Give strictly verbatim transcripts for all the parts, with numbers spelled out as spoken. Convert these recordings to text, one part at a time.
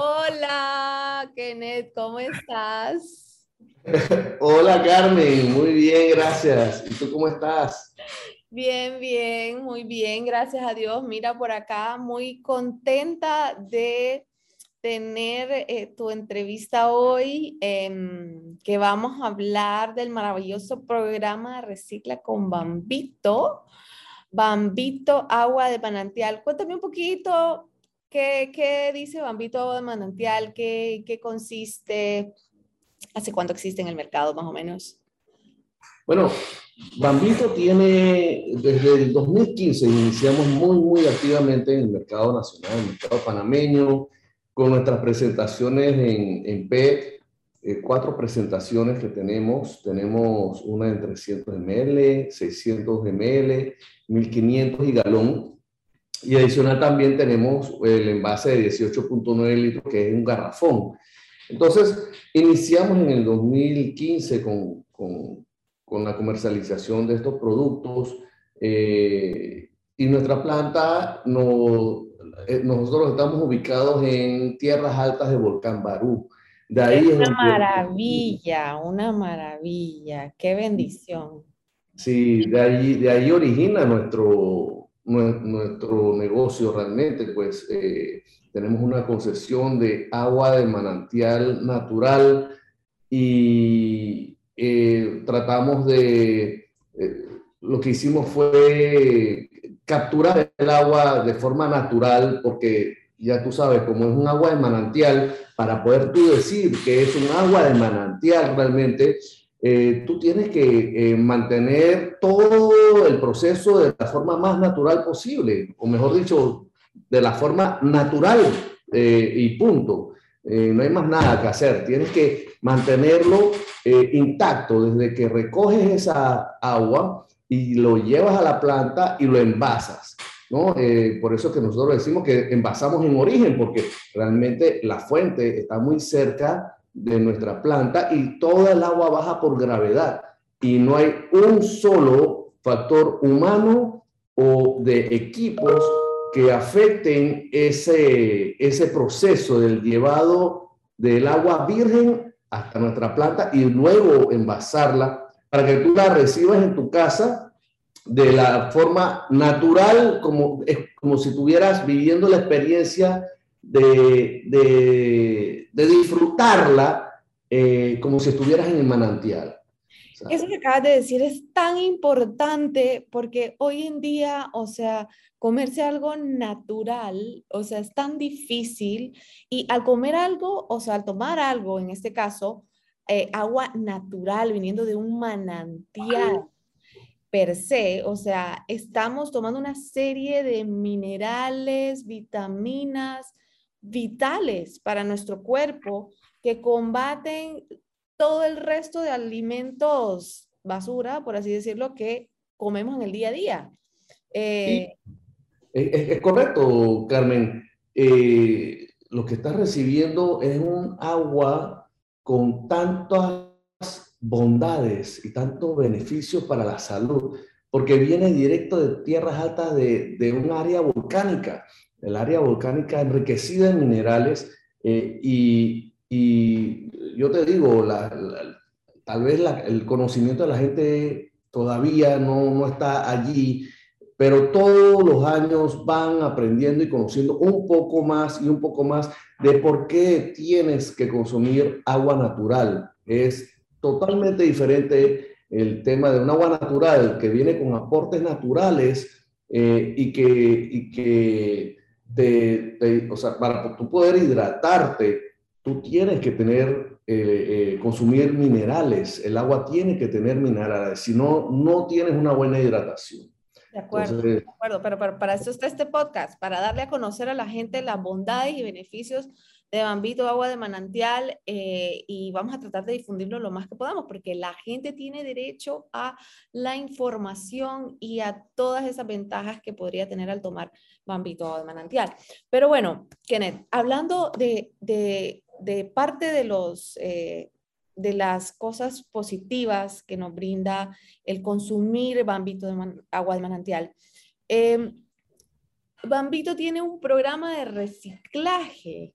Hola, Kenneth, ¿cómo estás? Hola Carmen, muy bien, gracias. ¿Y tú cómo estás? Bien, bien, muy bien, gracias a Dios. Mira, por acá muy contenta de tener eh, tu entrevista hoy, em, que vamos a hablar del maravilloso programa Recicla con Bambito. Bambito Agua de Manantial. Cuéntame un poquito qué, qué dice Bambito Agua de Manantial, qué, qué consiste, hace cuánto existe en el mercado más o menos. Bueno, Bambito tiene, desde el dos mil quince iniciamos muy, muy activamente en el mercado nacional, en el mercado panameño, con nuestras presentaciones en, en P E T, eh, cuatro presentaciones que tenemos. Tenemos una en trescientos mililitros, seiscientos mililitros, mil quinientos y galón. Y adicional también tenemos el envase de dieciocho punto nueve litros, que es un garrafón. Entonces, iniciamos en el dos mil quince con, con, con la comercialización de estos productos, eh, y nuestra planta, no, eh, nosotros estamos ubicados en tierras altas de Volcán Barú. De Es ahí es una donde, maravilla, una maravilla, qué bendición. sí, de ahí, de ahí origina nuestro, nuestro negocio realmente. Pues eh, tenemos una concesión de agua de manantial natural y eh, tratamos de, eh, lo que hicimos fue capturar el agua de forma natural, porque ya tú sabes, como es un agua de manantial, para poder tú decir que es un agua de manantial realmente, eh, tú tienes que eh, mantener todo el proceso de la forma más natural posible, o mejor dicho, de la forma natural, eh, y punto. Eh, no hay más nada que hacer, tienes que mantenerlo eh, intacto desde que recoges esa agua y lo llevas a la planta y lo envasas, ¿no? Eh, por eso que nosotros decimos que envasamos en origen, porque realmente la fuente está muy cerca de nuestra planta y toda el agua baja por gravedad y no hay un solo factor humano o de equipos que afecten ese, ese proceso del llevado del agua virgen hasta nuestra planta y luego envasarla para que tú la recibas en tu casa de la forma natural, como, es como si estuvieras viviendo la experiencia de, de, de disfrutarla, eh, como si estuvieras en el manantial, Eso ¿sabes? que acabas de decir es tan importante porque hoy en día, o sea, comerse algo natural, o sea, es tan difícil y al comer algo, o sea, al tomar algo, en este caso, eh, agua natural viniendo de un manantial per se, o sea, estamos tomando una serie de minerales, vitaminas vitales para nuestro cuerpo que combaten todo el resto de alimentos basura, por así decirlo, que comemos en el día a día. Y Eh, es, es correcto, Carmen. Eh, lo que estás recibiendo es un agua con tantas bondades y tantos beneficios para la salud, porque viene directo de tierras altas de, de un área volcánica, el área volcánica enriquecida en minerales, eh, y, y, yo te digo, la, la, tal vez la, el conocimiento de la gente todavía no, no está allí, pero todos los años van aprendiendo y conociendo un poco más y un poco más de por qué tienes que consumir agua natural. Es totalmente diferente el tema de un agua natural que viene con aportes naturales, eh, y que, y que te, te, o sea, para tú poder hidratarte, tú tienes que tener, eh, eh, consumir minerales. El agua tiene que tener minerales, si no, no tienes una buena hidratación. de acuerdo, Entonces, de acuerdo, pero, pero para eso está este podcast, para darle a conocer a la gente las bondades y beneficios de Bambito Agua de Manantial, eh, y vamos a tratar de difundirlo lo más que podamos, porque la gente tiene derecho a la información y a todas esas ventajas que podría tener al tomar Bambito Agua de Manantial. Pero bueno, Kenneth, hablando de, de, de parte de los... Eh, de las cosas positivas que nos brinda el consumir Bambito de man, agua de manantial. Eh, Bambito tiene un programa de reciclaje.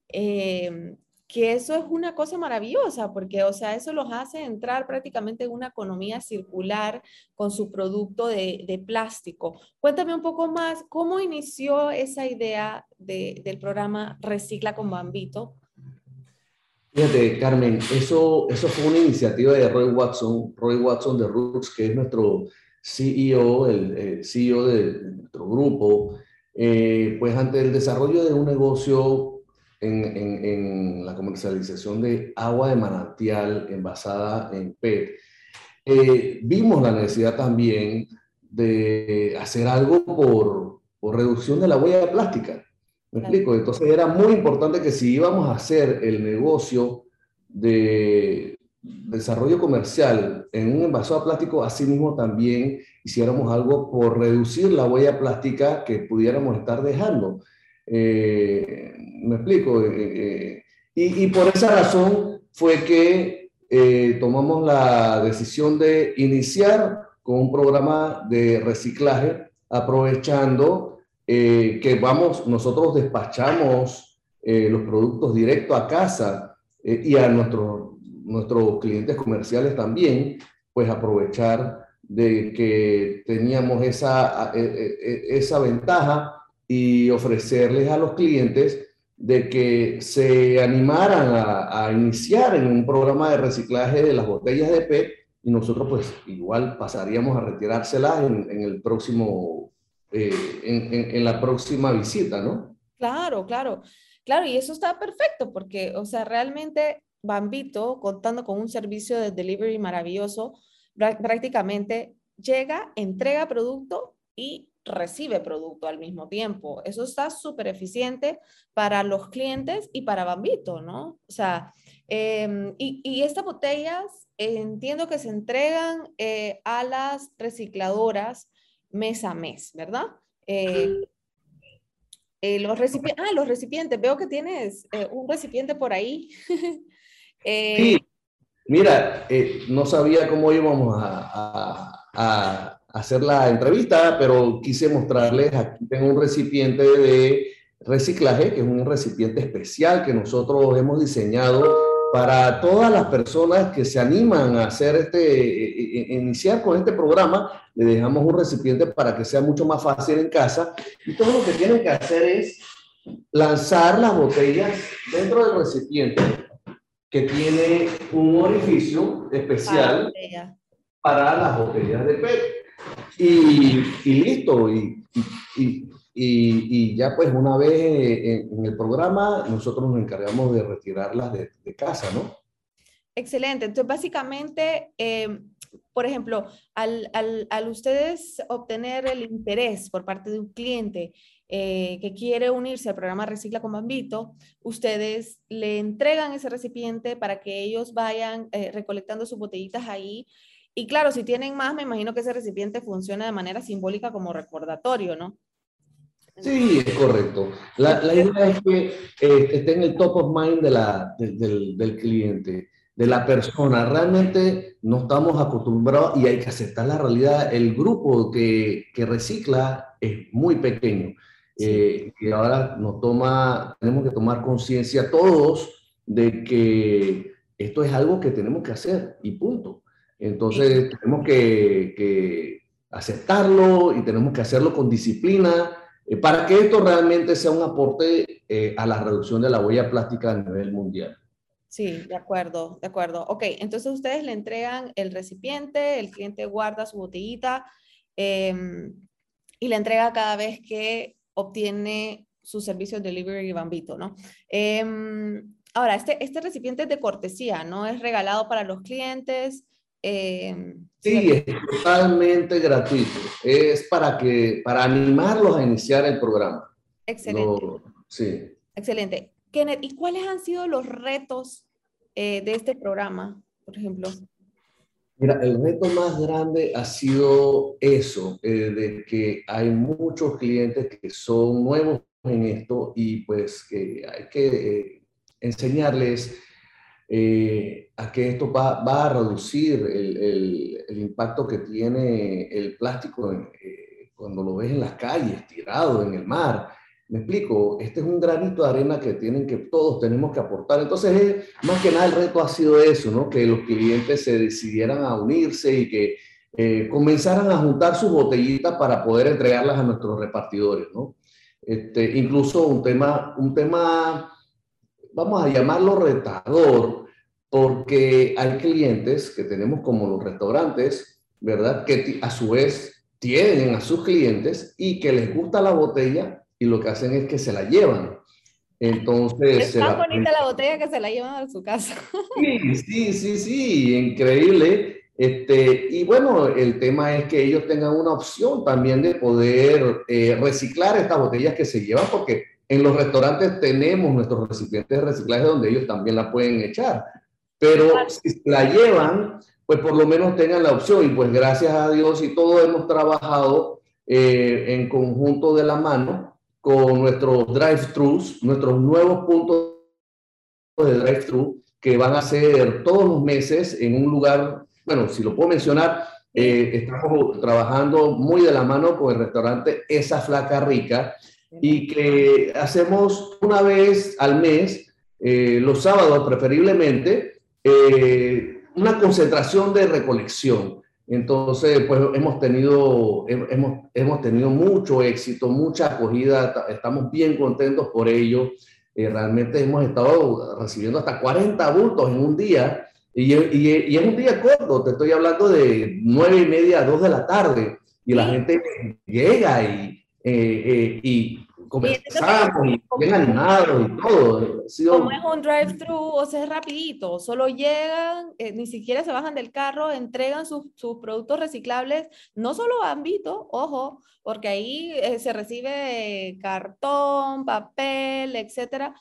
eh, que eso es una cosa maravillosa, porque, o sea, eso los hace entrar prácticamente en una economía circular con su producto de, de plástico. Cuéntame un poco más, ¿cómo inició esa idea de, del programa Recicla con Bambito? Fíjate, Carmen, eso, eso fue una iniciativa de Roy Watson, Roy Watson de Roots, que es nuestro C E O, el, el C E O de, de nuestro grupo. Eh, pues ante el desarrollo de un negocio en, en, en la comercialización de agua de manantial envasada en P E T, eh, vimos la necesidad también de hacer algo por, por reducción de la huella plástica. ¿Me Claro. explico? Entonces era muy importante que si íbamos a hacer el negocio de desarrollo comercial en un envasado a plástico, asimismo también hiciéramos algo por reducir la huella plástica que pudiéramos estar dejando. Eh, ¿Me explico? Eh, eh, y, y por esa razón fue que eh, tomamos la decisión de iniciar con un programa de reciclaje, aprovechando eh, que vamos, nosotros despachamos eh, los productos directo a casa eh, y a nuestros, nuestros clientes comerciales también, pues aprovechar de que teníamos esa, esa ventaja y ofrecerles a los clientes de que se animaran a, a iniciar en un programa de reciclaje de las botellas de P E T y nosotros pues igual pasaríamos a retirárselas en, en el próximo, eh, en, en, en la próxima visita, ¿no? Claro, claro, claro, y eso está perfecto porque, o sea, realmente Bambito, contando con un servicio de delivery maravilloso, prá- prácticamente llega, entrega producto y recibe producto al mismo tiempo. Eso está súper eficiente para los clientes y para Bambito, ¿no? O sea, em, y, y estas botellas eh, entiendo que se entregan eh, a las recicladoras mes a mes, ¿verdad? Eh, eh, los recipientes, ah, los recipientes, veo que tienes eh, un recipiente por ahí. Sí, Eh, mira, eh, no sabía cómo íbamos a, a, a, hacer la entrevista, pero quise mostrarles, aquí tengo un recipiente de reciclaje, que es un recipiente especial que nosotros hemos diseñado para todas las personas que se animan a hacer este, iniciar con este programa. Le dejamos un recipiente para que sea mucho más fácil en casa y todo lo que tienen que hacer es lanzar las botellas dentro del recipiente que tiene un orificio para la especial botella. para las botellas de P E T. Y, y listo, y, y, y, y, ya pues una vez en, en, el programa nosotros nos encargamos de retirarlas de, de casa, ¿no? Excelente. Entonces, básicamente, eh, por ejemplo, al, al, al, ustedes obtener el interés por parte de un cliente eh, que quiere unirse al programa Recicla con Bambito, ustedes le entregan ese recipiente para que ellos vayan eh, recolectando sus botellitas ahí. Y claro, si tienen más, me imagino que ese recipiente funciona de manera simbólica como recordatorio, ¿no? Sí, es correcto. La, la idea es que eh, esté en el top of mind de la, de, del, del cliente, de la persona. Realmente no estamos acostumbrados y hay que aceptar la realidad. El grupo que, que recicla es muy pequeño. Sí. Eh, y ahora nos toma, tenemos que tomar conciencia todos de que esto es algo que tenemos que hacer y punto. Sí. Entonces tenemos que, que aceptarlo y tenemos que hacerlo con disciplina eh, para que esto realmente sea un aporte eh, a la reducción de la huella plástica a nivel mundial. Sí, de acuerdo, de acuerdo. Ok, entonces ustedes le entregan el recipiente, el cliente guarda su botellita eh, y la entrega cada vez que obtiene su servicio de delivery Bambito, ¿no? Eh, ahora, este, este recipiente es de cortesía, ¿no? Es regalado para los clientes. Eh, Sí, ¿cierto? es totalmente gratuito. Es para, que, para animarlos a iniciar el programa. Excelente, Lo, sí. excelente. Kenneth, ¿y cuáles han sido los retos eh, de este programa, por ejemplo? Mira, el reto más grande ha sido eso, eh, de que hay muchos clientes que son nuevos en esto y pues que hay que eh, enseñarles eh, a que esto va, va a reducir el, el, el, impacto que tiene el plástico en, eh, cuando lo ves en las calles, tirado en el mar. Me explico, este es un granito de arena que tienen que todos tenemos que aportar. Entonces, eh, más que nada el reto ha sido eso, ¿no? Que los clientes se decidieran a unirse y que eh, comenzaran a juntar sus botellitas para poder entregarlas a nuestros repartidores, ¿no? Este, incluso un tema, un tema, vamos a llamarlo retador, porque hay clientes que tenemos como los restaurantes, ¿verdad? Que a su vez tienen a sus clientes y que les gusta la botella y lo que hacen es que se la llevan. Entonces, Es se tan la... bonita la botella que se la llevan a su casa. Sí, sí, sí, sí, increíble. Este, y bueno, el tema es que ellos tengan una opción también de poder eh, reciclar estas botellas que se llevan, porque en los restaurantes tenemos nuestros recipientes de reciclaje donde ellos también la pueden echar. Pero si la llevan, pues por lo menos tengan la opción. Y pues gracias a Dios y todos hemos trabajado eh, en conjunto de la mano con nuestros drive-thrus, nuestros nuevos puntos de drive-thru que van a ser todos los meses en un lugar, bueno, si lo puedo mencionar, eh, estamos trabajando muy de la mano con el restaurante Esa Flaca Rica y que hacemos una vez al mes, eh, los sábados preferiblemente, eh, una concentración de recolección. Entonces, pues hemos tenido, hemos, hemos tenido mucho éxito, mucha acogida, estamos bien contentos por ello. Eh, realmente hemos estado recibiendo hasta cuarenta bultos en un día y, y, y es un día corto, te estoy hablando de nueve y media a dos de la tarde y la Sí. gente llega y, eh, eh, y conversamos y bien animados y todo. Ha sido... Como es un drive-thru, o sea, es rapidito, solo llegan, eh, ni siquiera se bajan del carro, entregan sus, sus productos reciclables, no solo Bambito, ojo, porque ahí eh, se recibe cartón, papel, etcétera,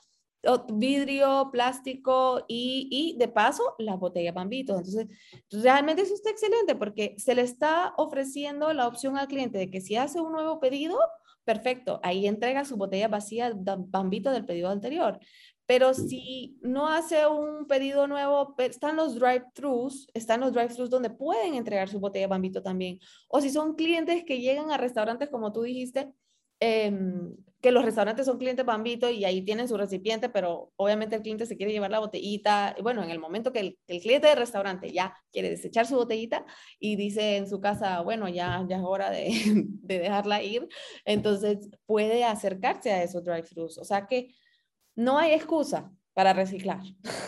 vidrio, plástico y, y de paso las botellas Bambito. Entonces, realmente eso está excelente porque se le está ofreciendo la opción al cliente de que si hace un nuevo pedido, perfecto, ahí entrega su botella vacía Bambito del pedido anterior. Pero si no hace un pedido nuevo, están los drive-thrus, están los drive-thrus donde pueden entregar su botella Bambito también. O si son clientes que llegan a restaurantes, como tú dijiste, eh, que los restaurantes son clientes Bambito y ahí tienen su recipiente, pero obviamente el cliente se quiere llevar la botellita. Bueno, en el momento que el, el cliente del restaurante ya quiere desechar su botellita y dice en su casa, bueno, ya, ya es hora de, de dejarla ir, entonces puede acercarse a esos drive-thrus. O sea que no hay excusa para reciclar.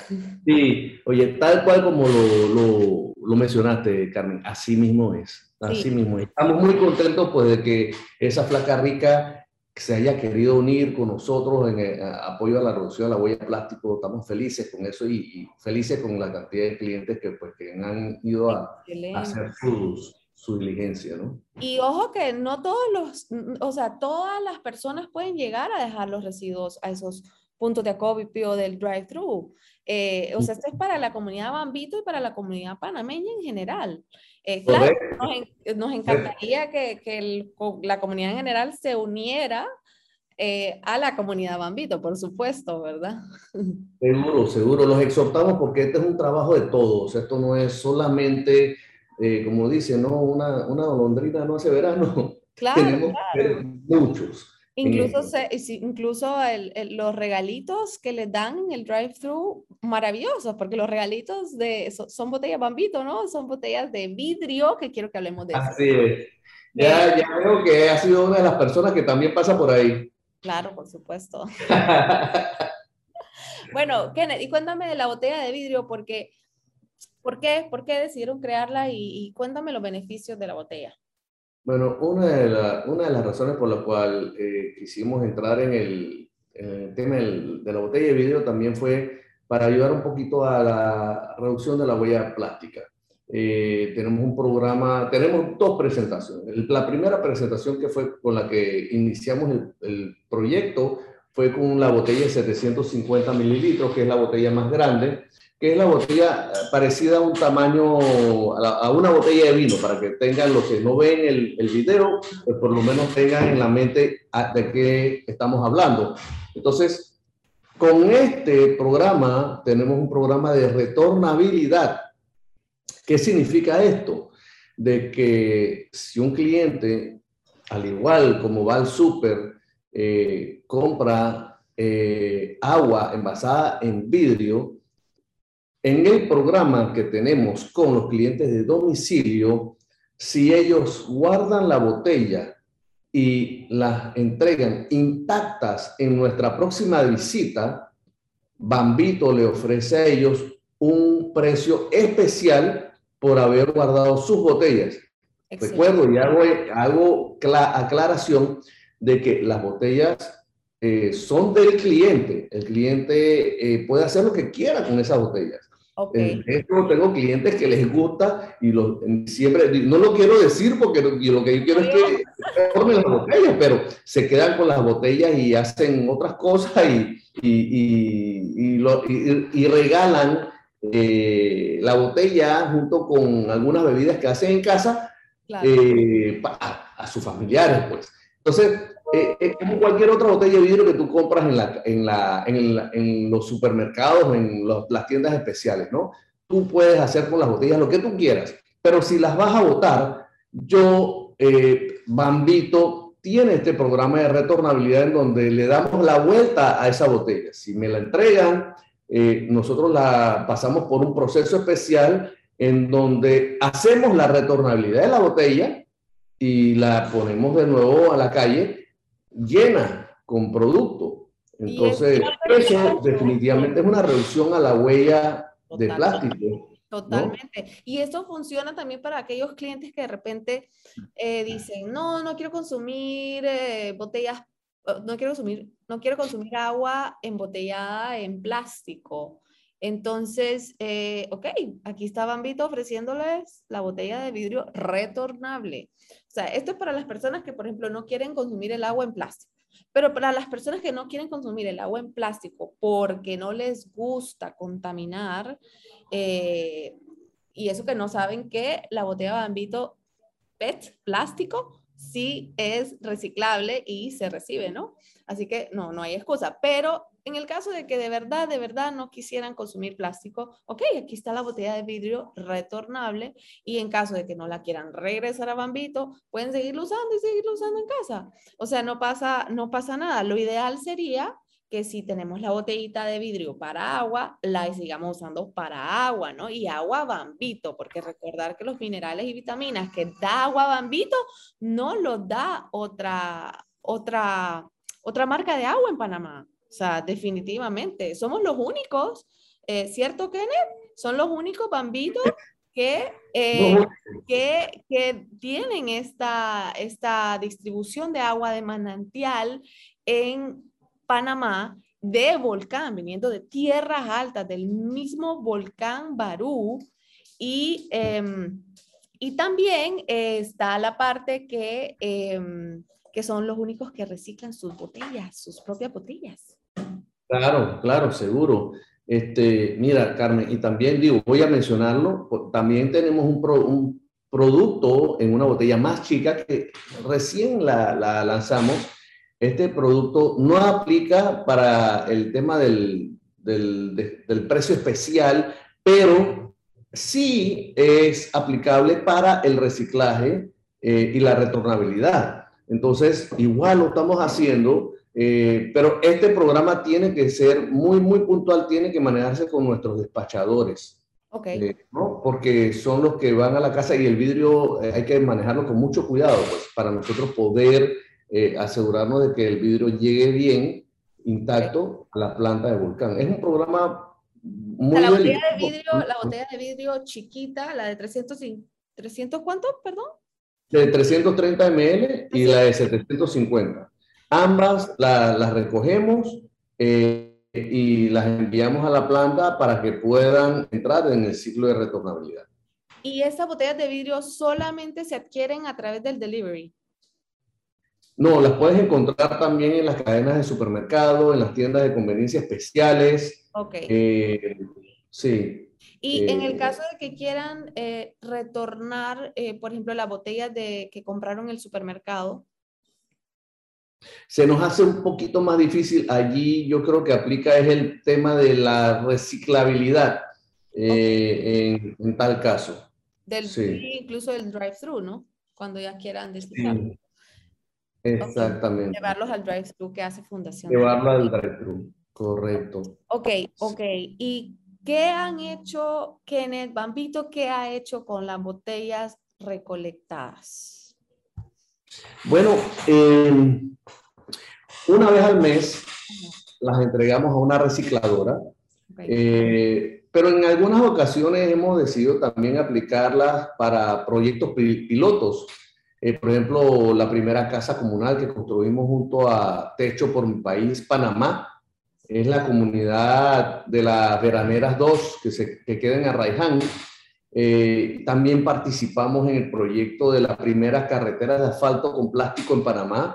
Sí, oye, tal cual como lo, lo, lo mencionaste, Carmen, así mismo es, así Sí. mismo es. Estamos muy contentos pues de que Esa Flaca Rica se haya querido unir con nosotros en el apoyo a la reducción de la huella de plástico. Estamos felices con eso y, y felices con la cantidad de clientes que, pues, que han ido a, a hacer sus, su diligencia, ¿no? Y ojo que no todos los, o sea, todas las personas pueden llegar a dejar los residuos a esos puntos de acopio del drive-thru. Eh, o sea, esto es para la comunidad Bambito y para la comunidad panameña en general. Eh, claro, nos, en, nos, encantaría que, que el, la comunidad en general se uniera eh, a la comunidad Bambito, por supuesto, ¿verdad? Seguro, seguro. Los exhortamos porque este es un trabajo de todos. Esto no es solamente, eh, como dicen, ¿no? Una, una golondrina no hace verano. Claro, Tenemos claro. muchos. Incluso, se, incluso el, el, los regalitos que les dan en el drive-thru, maravillosos, porque los regalitos de, son, son botellas Bambito, ¿no? Son botellas de vidrio, que quiero que hablemos de eso. Así es. Ya, ya veo que ha sido una de las personas que también pasa por ahí. Claro, por supuesto. Bueno, Kenneth, y cuéntame de la botella de vidrio, porque, ¿por qué, por qué decidieron crearla? Y, y cuéntame los beneficios de la botella. Bueno, una de, la, una de las razones por la cual eh, quisimos entrar en el, en el tema del, de la botella de vidrio también fue para ayudar un poquito a la reducción de la huella plástica. Eh, tenemos un programa, tenemos dos presentaciones. La primera presentación que fue con la que iniciamos el, el proyecto fue con la botella de setecientos cincuenta mililitros, que es la botella más grande, que es la botella parecida a un tamaño, a una botella de vino, para que tengan los que no ven el, el video, pues por lo menos tengan en la mente de qué estamos hablando. Entonces, con este programa tenemos un programa de retornabilidad. ¿Qué significa esto? De que si un cliente, al igual como va al súper, eh, compra eh, agua envasada en vidrio, en el programa que tenemos con los clientes de domicilio, si ellos guardan la botella y las entregan intactas en nuestra próxima visita, Bambito le ofrece a ellos un precio especial por haber guardado sus botellas. Excelente. Recuerdo y hago, hago aclaración de que las botellas eh, son del cliente. El cliente eh, puede hacer lo que quiera con esas botellas. Okay. De hecho, tengo clientes que les gusta y lo, siempre, no lo quiero decir porque lo, lo que yo quiero es que formen las botellas, pero se quedan con las botellas y hacen otras cosas y, y, y, y, lo, y, y regalan eh, la botella junto con algunas bebidas que hacen en casa, claro. eh, a, a sus familiares, pues. Entonces, eh, es como cualquier otra botella de vidrio que tú compras en, la, en, la, en, la, en los supermercados, en los, las tiendas especiales, ¿no? Tú puedes hacer con las botellas lo que tú quieras, pero si las vas a botar, yo, eh, Bambito, tiene este programa de retornabilidad en donde le damos la vuelta a esa botella. Si me la entregan, eh, nosotros la pasamos por un proceso especial en donde hacemos la retornabilidad de la botella y la ponemos de nuevo a la calle llena con producto. Entonces, eso definitivamente es una reducción a la huella de plástico. Totalmente. ¿No? Y esto funciona también para aquellos clientes que de repente eh, dicen, no, no quiero consumir eh, botellas, no quiero consumir, no quiero consumir agua embotellada en plástico. Entonces, eh, ok, aquí está Bambito ofreciéndoles la botella de vidrio retornable. O sea, esto es para las personas que, por ejemplo, no quieren consumir el agua en plástico. Pero para las personas que no quieren consumir el agua en plástico porque no les gusta contaminar, eh, y eso que no saben que la botella Bambito P E T, plástico, sí es reciclable y se recibe, ¿no? Así que no, no hay excusa. Pero en el caso de que de verdad, de verdad no quisieran consumir plástico, ok, aquí está la botella de vidrio retornable y en caso de que no la quieran regresar a Bambito, pueden seguirlo usando y seguirlo usando en casa. O sea, no pasa, no pasa nada. Lo ideal sería que si tenemos la botellita de vidrio para agua, la sigamos usando para agua, ¿no? Y agua Bambito, porque recordar que los minerales y vitaminas que da agua Bambito no los da otra, otra, otra marca de agua en Panamá. O sea, definitivamente, somos los únicos, eh, ¿cierto, Kenneth? Son los únicos Bambitos que, eh, que, que tienen esta, esta distribución de agua de manantial en Panamá de volcán, viniendo de tierras altas, del mismo volcán Barú. Y, eh, y también eh, está la parte que, eh, que son los únicos que reciclan sus botellas, sus propias botellas. Claro, claro, seguro. Este, mira, Carmen, y también digo, voy a mencionarlo, también tenemos un, pro, un producto en una botella más chica que recién la, la lanzamos. Este producto no aplica para el tema del, del, de, del precio especial, pero sí es aplicable para el reciclaje eh, y la retornabilidad. Entonces, igual lo estamos haciendo. Eh, pero este programa tiene que ser muy, muy puntual, tiene que manejarse con nuestros despachadores. Okay. Eh, ¿no? Porque son los que van a la casa y el vidrio eh, hay que manejarlo con mucho cuidado, pues, para nosotros poder eh, asegurarnos de que el vidrio llegue bien, intacto, a la planta de volcán. Es un programa muy o sea, la botella delicado. de vidrio, la botella de vidrio chiquita, la de trescientos, trescientos ¿cuánto? Perdón. De trescientos treinta mililitros y la de setecientos cincuenta. Ambas las la recogemos eh, y las enviamos a la planta para que puedan entrar en el ciclo de retornabilidad. ¿Y esas botellas de vidrio solamente se adquieren a través del delivery? No, las puedes encontrar también en las cadenas de supermercado, en las tiendas de conveniencia especiales. Ok. Eh, sí. Y eh, en el caso de que quieran eh, retornar, eh, por ejemplo, las botellas de, que compraron en el supermercado. Se nos hace un poquito más difícil. Allí yo creo que aplica es el tema de la reciclabilidad eh, okay. en, en tal caso. Del, sí. Incluso el drive-thru, ¿no? Cuando ya quieran desecharlo. Sí. Ok, Exactamente. llevarlos al drive-thru que hace Fundación de... Llevarlo al drive-thru. Correcto. Ok, ok. ¿Y qué han hecho, Kenneth Bambito, qué ha hecho con las botellas recolectadas? Bueno, eh, una vez al mes Ajá, las entregamos a una recicladora, ok. eh, pero en algunas ocasiones hemos decidido también aplicarlas para proyectos pi- pilotos. Eh, por ejemplo, la primera casa comunal que construimos junto a Techo por mi país, Panamá, es la comunidad de las Veraneras dos que, se, que queda en Arraiján. Eh, también participamos en el proyecto de la primera carretera de asfalto con plástico en Panamá,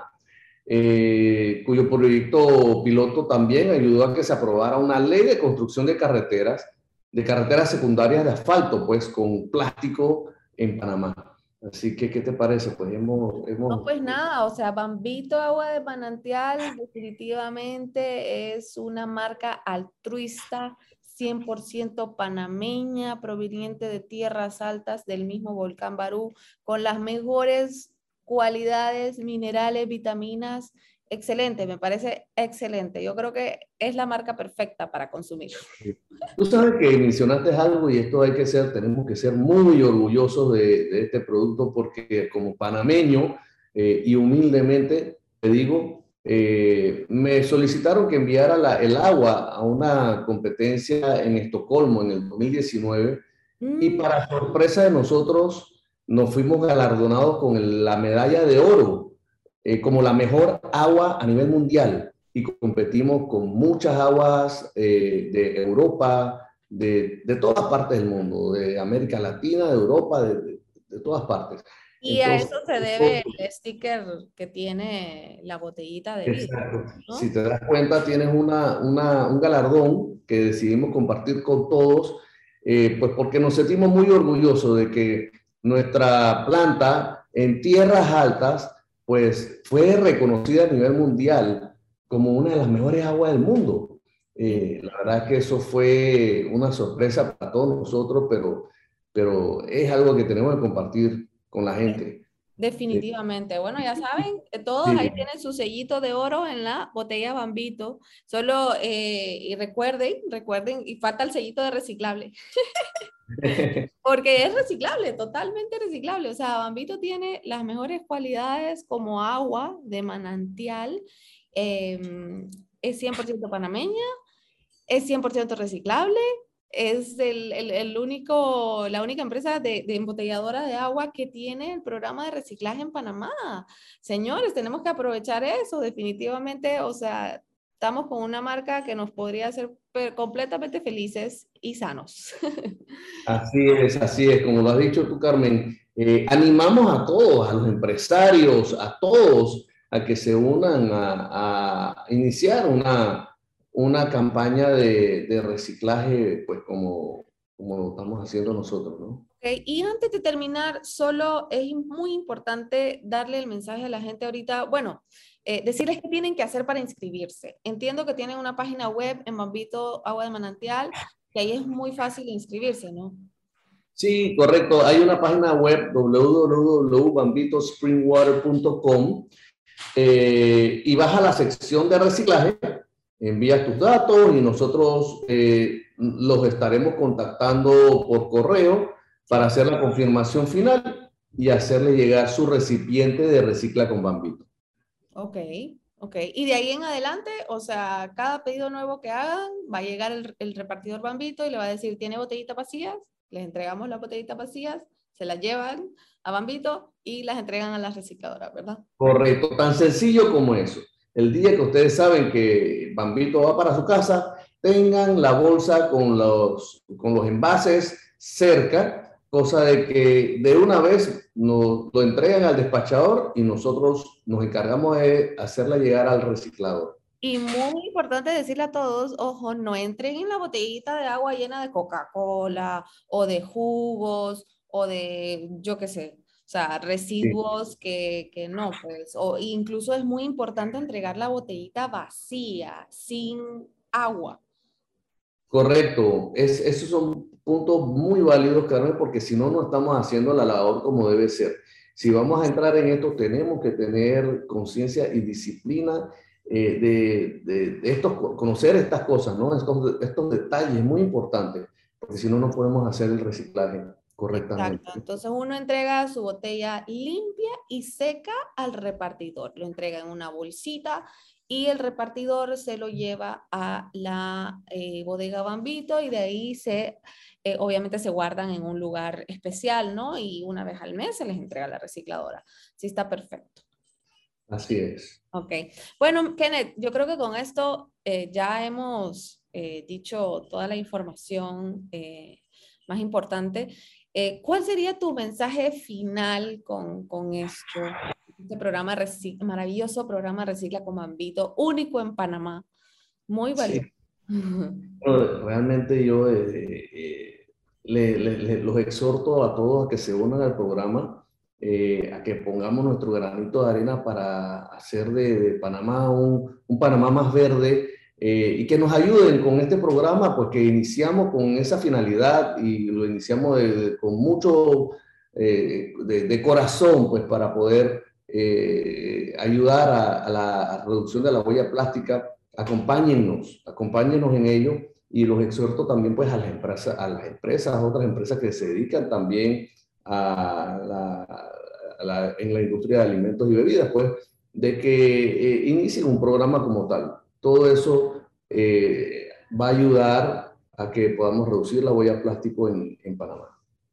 eh, cuyo proyecto piloto también ayudó a que se aprobara una ley de construcción de carreteras, de carreteras secundarias de asfalto, pues con plástico en Panamá. Así que, ¿qué te parece? Pues hemos... No, hemos pues nada, o sea, Bambito Agua de Manantial definitivamente es una marca altruista, cien por ciento panameña, proveniente de tierras altas del mismo volcán Barú, con las mejores cualidades, minerales, vitaminas. Excelente, me parece excelente. Yo creo que es la marca perfecta para consumir. Tú sabes que mencionaste algo y esto hay que ser, tenemos que ser muy orgullosos de, de este producto porque como panameño eh, y humildemente te digo, eh, me solicitaron que enviara la, el agua a una competencia en Estocolmo en el dos mil diecinueve y Mm, para sorpresa de nosotros nos fuimos galardonados con el- la medalla de oro eh, como la mejor agua a nivel mundial y competimos con muchas aguas eh, de Europa, de, de todas partes del mundo, de América Latina, de Europa, de, de, de todas partes. y a Entonces, eso se debe el sticker que tiene la botellita de vidrio, exacto. Si ¿no? te das cuenta, tienes una, una, un galardón que decidimos compartir con todos, eh, pues porque nos sentimos muy orgullosos de que nuestra planta en tierras altas, pues fue reconocida a nivel mundial como una de las mejores aguas del mundo. Eh, la verdad es que eso fue una sorpresa para todos nosotros, pero, pero es algo que tenemos que compartir con la gente. Eh, Definitivamente. Bueno, ya saben, que todos ahí sí. tienen su sellito de oro en la botella Bambito. Solo, eh, y recuerden, recuerden, y falta el sellito de reciclable, porque es reciclable, totalmente reciclable. O sea, Bambito tiene las mejores cualidades como agua de manantial, eh, es cien por ciento panameña, es cien por ciento reciclable, es el, el, el único, la única empresa de, de embotelladora de agua que tiene el programa de reciclaje en Panamá. Señores, tenemos que aprovechar eso, definitivamente, o sea, estamos con una marca que nos podría hacer completamente felices y sanos. Así es, así es, como lo has dicho tú, Carmen. Eh, animamos a todos, a los empresarios, a todos, a que se unan a, a iniciar una, una campaña de, de reciclaje, pues como, como lo estamos haciendo nosotros, ¿no? Okay. Y antes de terminar, solo es muy importante darle el mensaje a la gente ahorita, bueno, eh, decirles qué tienen que hacer para inscribirse. Entiendo que tienen una página web en Bambito Agua de Manantial, que ahí es muy fácil inscribirse, ¿no? Sí, correcto. Hay una página web w w w punto bambito springwater punto com eh, y vas a la sección de reciclaje, envías tus datos y nosotros eh, los estaremos contactando por correo para Sí. hacer la confirmación final y hacerle llegar su recipiente de Recicla con Bambito. Ok, ok. Y de ahí en adelante, o sea, cada pedido nuevo que hagan, va a llegar el, el repartidor Bambito y le va a decir, ¿tiene botellitas vacías? Les entregamos las botellitas vacías, se las llevan a Bambito y las entregan a las recicladoras, ¿verdad? Correcto, tan sencillo como eso. El día que ustedes saben que Bambito va para su casa, tengan la bolsa con los, con los envases cerca, cosa de que de una vez nos lo entregan al despachador y nosotros nos encargamos de hacerla llegar al reciclador. Y muy importante decirle a todos, ojo, no entren en la botellita de agua llena de Coca-Cola o de jugos o de, yo qué sé, o sea, Sí. residuos que, que no, pues, o incluso es muy importante entregar la botellita vacía, sin agua. Correcto, es, esos son puntos muy válidos, Carmen, porque si no, no estamos haciendo la labor como debe ser. Si vamos a entrar en esto, tenemos que tener conciencia y disciplina eh, de, de, de estos, conocer estas cosas, ¿no? Estos, estos detalles muy importantes, porque si no, no podemos hacer el reciclaje Exacto. correctamente. Entonces uno entrega su botella limpia y seca al repartidor. Lo entrega en una bolsita y el repartidor se lo lleva a la eh, bodega Bambito y de ahí se, eh, obviamente se guardan en un lugar especial, ¿no? Y una vez al mes se les entrega a la recicladora. Sí, está perfecto. Así es. Ok. Bueno, Kenneth, yo creo que con esto eh, ya hemos eh, dicho toda la información eh, más importante. Eh, ¿cuál sería tu mensaje final con, con esto? Este programa, Reci- maravilloso programa Recicla con Bambito, único en Panamá, muy Sí. valioso. Bueno, realmente yo eh, eh, le- le- le- los exhorto a todos a que se unan al programa, eh, a que pongamos nuestro granito de arena para hacer de, de Panamá un, un Panamá más verde eh, y que nos ayuden con este programa, porque iniciamos con esa finalidad y lo iniciamos de- de- con mucho eh, de, de corazón, pues para poder eh, ayudar a, a la reducción de la huella plástica. Acompáñennos, acompáñennos en ello y los exhorto también pues a las empresas, a las empresas, a otras empresas que se dedican también a la, a la, en la industria de alimentos y bebidas, pues de que eh, inicien un programa como tal. Todo eso eh, va a ayudar a que podamos reducir la huella plástico en, en Panamá.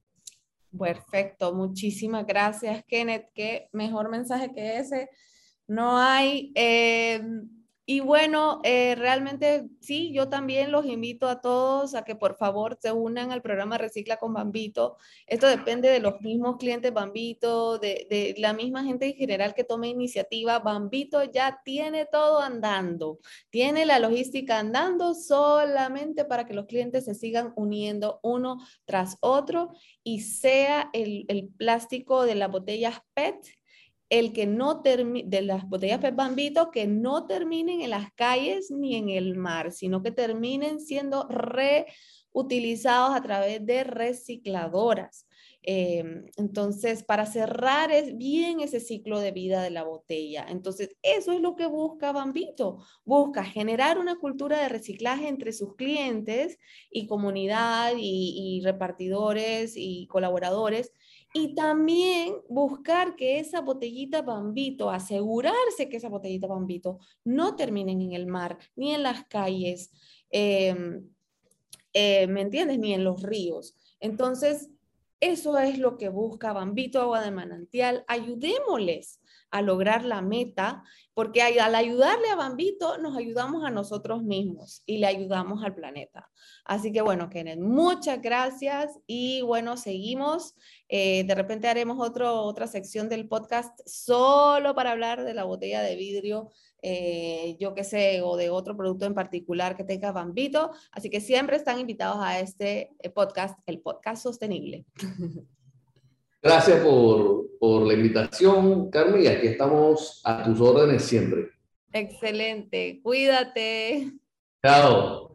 Perfecto, muchísimas gracias, Kenneth. Qué mejor mensaje que ese no hay. Eh, y bueno, eh, realmente sí, yo también los invito a todos a que por favor se unan al programa Recicla con Bambito. Esto depende de los mismos clientes Bambito, de, de la misma gente en general que tome iniciativa. Bambito ya tiene todo andando, tiene la logística andando solamente para que los clientes se sigan uniendo uno tras otro y sea el, el plástico de las botellas P E T, el que no termine, de las botellas P E T Bambito, que no terminen en las calles ni en el mar, sino que terminen siendo reutilizados a través de recicladoras. Eh, entonces, para cerrar es bien ese ciclo de vida de la botella. Entonces, eso es lo que busca Bambito. Busca generar una cultura de reciclaje entre sus clientes y comunidad y, y repartidores y colaboradores. Y también buscar que esa botellita Bambito, asegurarse que esa botellita Bambito no terminen en el mar, ni en las calles, eh, eh, ¿me entiendes? Ni en los ríos. Entonces, eso es lo que busca Bambito Agua de Manantial. Ayudémosles a lograr la meta, porque al ayudarle a Bambito, nos ayudamos a nosotros mismos y le ayudamos al planeta. Así que bueno, Kenneth, muchas gracias y bueno, seguimos. Eh, de repente haremos otro, otra sección del podcast solo para hablar de la botella de vidrio, eh, yo qué sé, o de otro producto en particular que tenga Bambito. Así que siempre están invitados a este podcast, el podcast sostenible. Gracias por, por la invitación, Carmen, y aquí estamos a tus órdenes siempre. Excelente, cuídate. Chao.